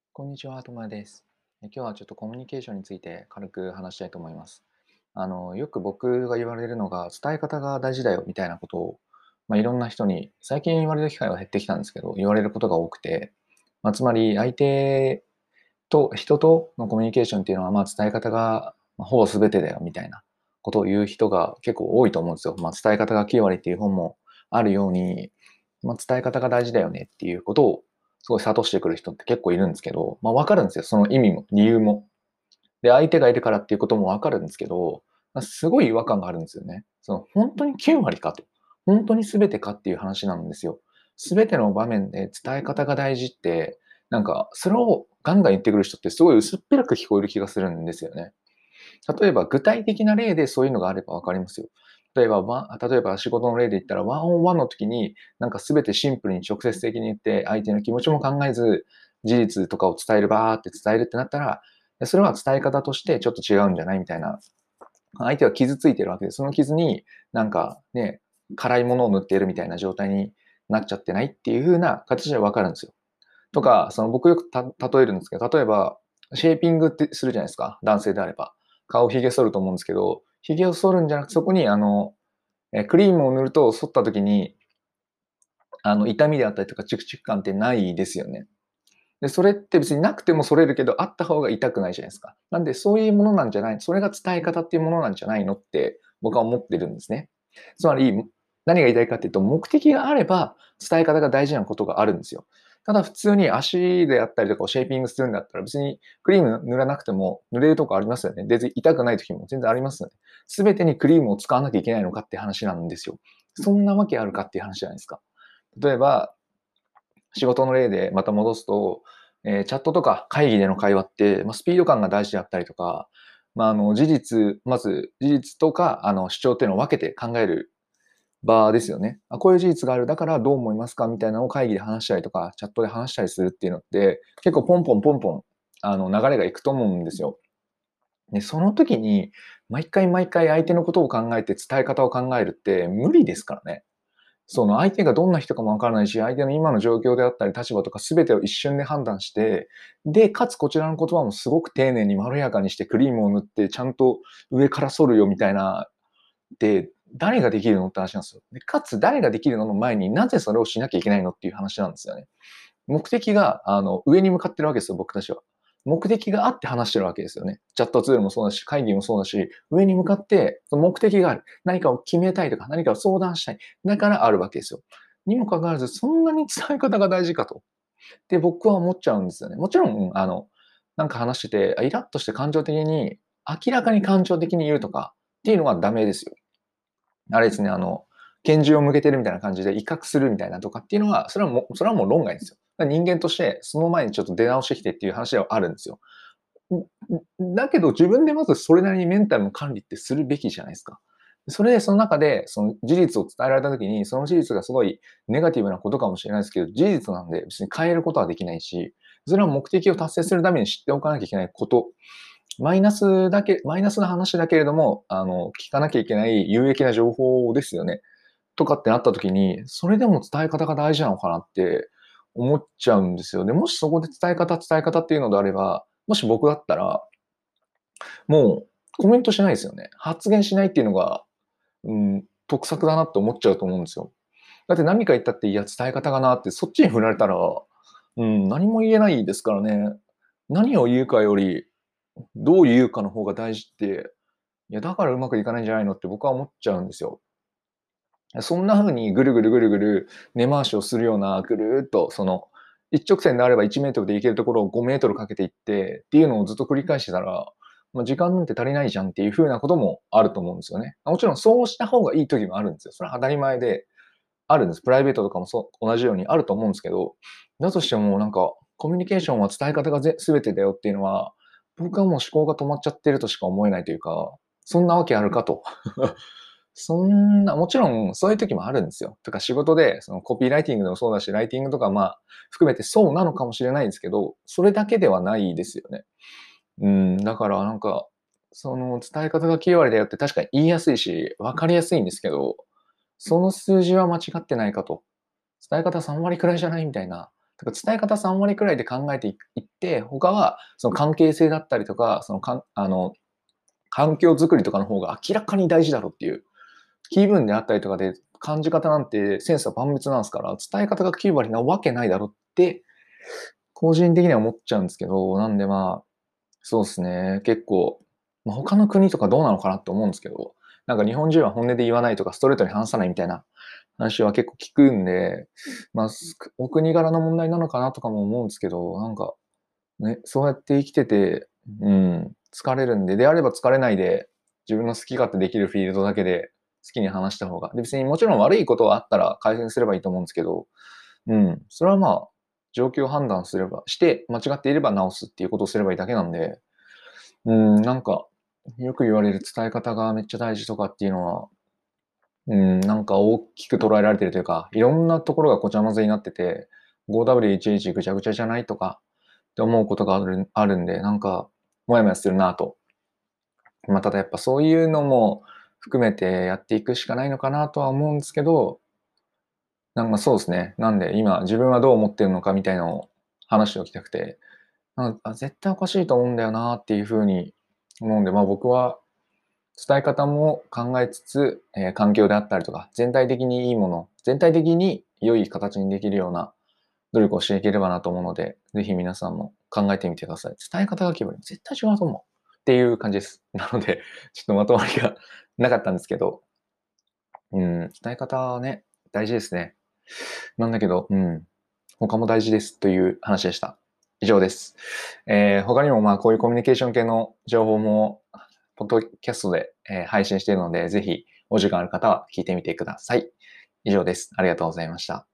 こんにちは、ともやです。今日はちょっとコミュニケーションについて軽く話したいと思います。よく僕が言われるのが、伝え方が大事だよみたいなことを、いろんな人に、最近言われる機会は減ってきたんですけど、言われることが多くて、つまり相手と、人とのコミュニケーションっていうのは、伝え方がほぼ全てだよみたいなことを言う人が結構多いと思うんですよ。伝え方が9割っていう本もあるように、伝え方が大事だよねっていうことをすごい諭してくる人って結構いるんですけど、わかるんですよ。その意味も理由も。で、相手がいるからっていうこともわかるんですけど、すごい違和感があるんですよね。その本当に9割かと。本当に全てかっていう話なんですよ。全ての場面で伝え方が大事って、それをガンガン言ってくる人ってすごい薄っぺらく聞こえる気がするんですよね。例えば具体的な例でそういうのがあればわかりますよ。例えば仕事の例で言ったら、ワンオンワンの時に、全てシンプルに直接的に言って、相手の気持ちも考えず、事実とかを伝える、バーって伝えるってなったら、それは伝え方としてちょっと違うんじゃないみたいな。相手は傷ついてるわけで、その傷に辛いものを塗っているみたいな状態になっちゃってないっていう風な形でわかるんですよ。とか、僕よく例えるんですけど、例えば、シェーピングってするじゃないですか、男性であれば。顔、髭剃ると思うんですけど、髭を剃るんじゃなくて、そこにクリームを塗ると剃った時に、痛みであったりとかチクチク感ってないですよね。で、それって別になくても剃れるけど、あった方が痛くないじゃないですか。なんで、そういうものなんじゃない、それが伝え方っていうものなんじゃないのって僕は思ってるんですね。つまり、何が言いたいかっていうと、目的があれば伝え方が大事なことがあるんですよ。ただ普通に足であったりとかをシェーピングするんだったら、別にクリーム塗らなくても塗れるとこありますよね。で、痛くない時も全然ありますよね。全てにクリームを使わなきゃいけないのかって話なんですよ。そんなわけあるかっていう話じゃないですか。例えば、仕事の例でまた戻すと、チャットとか会議での会話って、スピード感が大事であったりとか、まず事実とか、主張っていうのを分けて考える場ですよね。こういう事実がある、だからどう思いますかみたいなのを会議で話したりとか、チャットで話したりするっていうのって、結構ポンポンポンポン、流れがいくと思うんですよ。で、その時に、毎回毎回相手のことを考えて伝え方を考えるって無理ですからね。その相手がどんな人かもわからないし、相手の今の状況であったり立場とか全てを一瞬で判断して、で、かつこちらの言葉もすごく丁寧にまろやかにしてクリームを塗って、ちゃんと上から剃るよみたいな、で、誰ができるのって話なんですよ。で、かつ誰ができるのの前になぜそれをしなきゃいけないのっていう話なんですよね。目的が、上に向かってるわけですよ、僕たちは。目的があって話してるわけですよね。チャットツールもそうだし、会議もそうだし、上に向かって、その目的がある。何かを決めたいとか、何かを相談したい。だからあるわけですよ。にもかかわらず、そんなに伝え方が大事かと。で、僕は思っちゃうんですよね。もちろん、話してて、イラッとして感情的に、明らかに感情的に言うとかっていうのはダメですよ。あれですね、拳銃を向けてるみたいな感じで威嚇するみたいなとかっていうのは、それはもう論外ですよ。人間として、その前にちょっと出直してきてっていう話ではあるんですよ。だけど自分でまずそれなりにメンタルの管理ってするべきじゃないですか。それでその中で、その事実を伝えられた時に、その事実がすごいネガティブなことかもしれないですけど、事実なんで別に変えることはできないし、それは目的を達成するために知っておかなきゃいけないことマイナスな話だけれども、聞かなきゃいけない有益な情報ですよね。とかってなった時に、それでも伝え方が大事なのかなって思っちゃうんですよね。もしそこで伝え方っていうのであれば、もし僕だったら、もうコメントしないですよね。発言しないっていうのが、得策だなって思っちゃうと思うんですよ。だって何か言ったって、いや、伝え方がなって、そっちに振られたら、何も言えないですからね。何を言うかより、どう言うかの方が大事って、いや、だからうまくいかないんじゃないのって僕は思っちゃうんですよ。そんな風にぐるぐるぐるぐる根回しをするような、ぐるーっと一直線であれば1メートルで行けるところを5メートルかけていってっていうのをずっと繰り返してたら、時間なんて足りないじゃんっていう風なこともあると思うんですよね。もちろんそうした方がいい時もあるんですよ。それは当たり前であるんです。プライベートとかも同じようにあると思うんですけど、だとしてもコミュニケーションは伝え方が全てだよっていうのは、僕はもう思考が止まっちゃってるとしか思えないというか、そんなわけあるかと。もちろんそういう時もあるんですよ。とか仕事で、そのコピーライティングでもそうだし、ライティングとか含めてそうなのかもしれないですけど、それだけではないですよね。だからその伝え方が9割だよって確かに言いやすいし、分かりやすいんですけど、その数字は間違ってないかと。伝え方3割くらいじゃないみたいな。 だから伝え方3割くらいで考えていって、他はその関係性だったりとか、その環境づくりとかの方が明らかに大事だろっていう。気分であったりとかで感じ方なんて千差万別なんですから、伝え方が9割なわけないだろって個人的には思っちゃうんですけど、なんでそうですね、結構、他の国とかどうなのかなって思うんですけど、なんか日本人は本音で言わないとか、ストレートに話さないみたいな話は結構聞くんで、お国柄の問題なのかなとかも思うんですけど、なんか、ね、そうやって生きてて、疲れるんで、であれば疲れないで、自分の好き勝手できるフィールドだけで好きに話した方が、で、別にもちろん悪いことはあったら改善すればいいと思うんですけど、それは状況を判断すればして、間違っていれば直すっていうことをすればいいだけなんで、なんか、よく言われる伝え方がめっちゃ大事とかっていうのは、なんか大きく捉えられてるというか、いろんなところがごちゃ混ぜになってて、5W11 ぐちゃぐちゃじゃないとかって思うことがあるんで、なんか、もやもやするなと。ただやっぱそういうのも含めてやっていくしかないのかなとは思うんですけど、なんかそうですね。なんで今自分はどう思ってるのかみたいなのを話しておきたくて、絶対おかしいと思うんだよなっていう風に思うんで、僕は伝え方も考えつつ、環境であったりとか、全体的にいいもの、全体的に良い形にできるような努力をしていければなと思うので、ぜひ皆さんも考えてみてください。伝え方が決まる。絶対違うと思う。っていう感じです。なので、ちょっとまとまりがなかったんですけど、伝え方ね、大事ですね。なんだけど、他も大事ですという話でした。以上です。他にもこういうコミュニケーション系の情報も、ポッドキャストで、配信しているので、ぜひお時間ある方は聞いてみてください。以上です。ありがとうございました。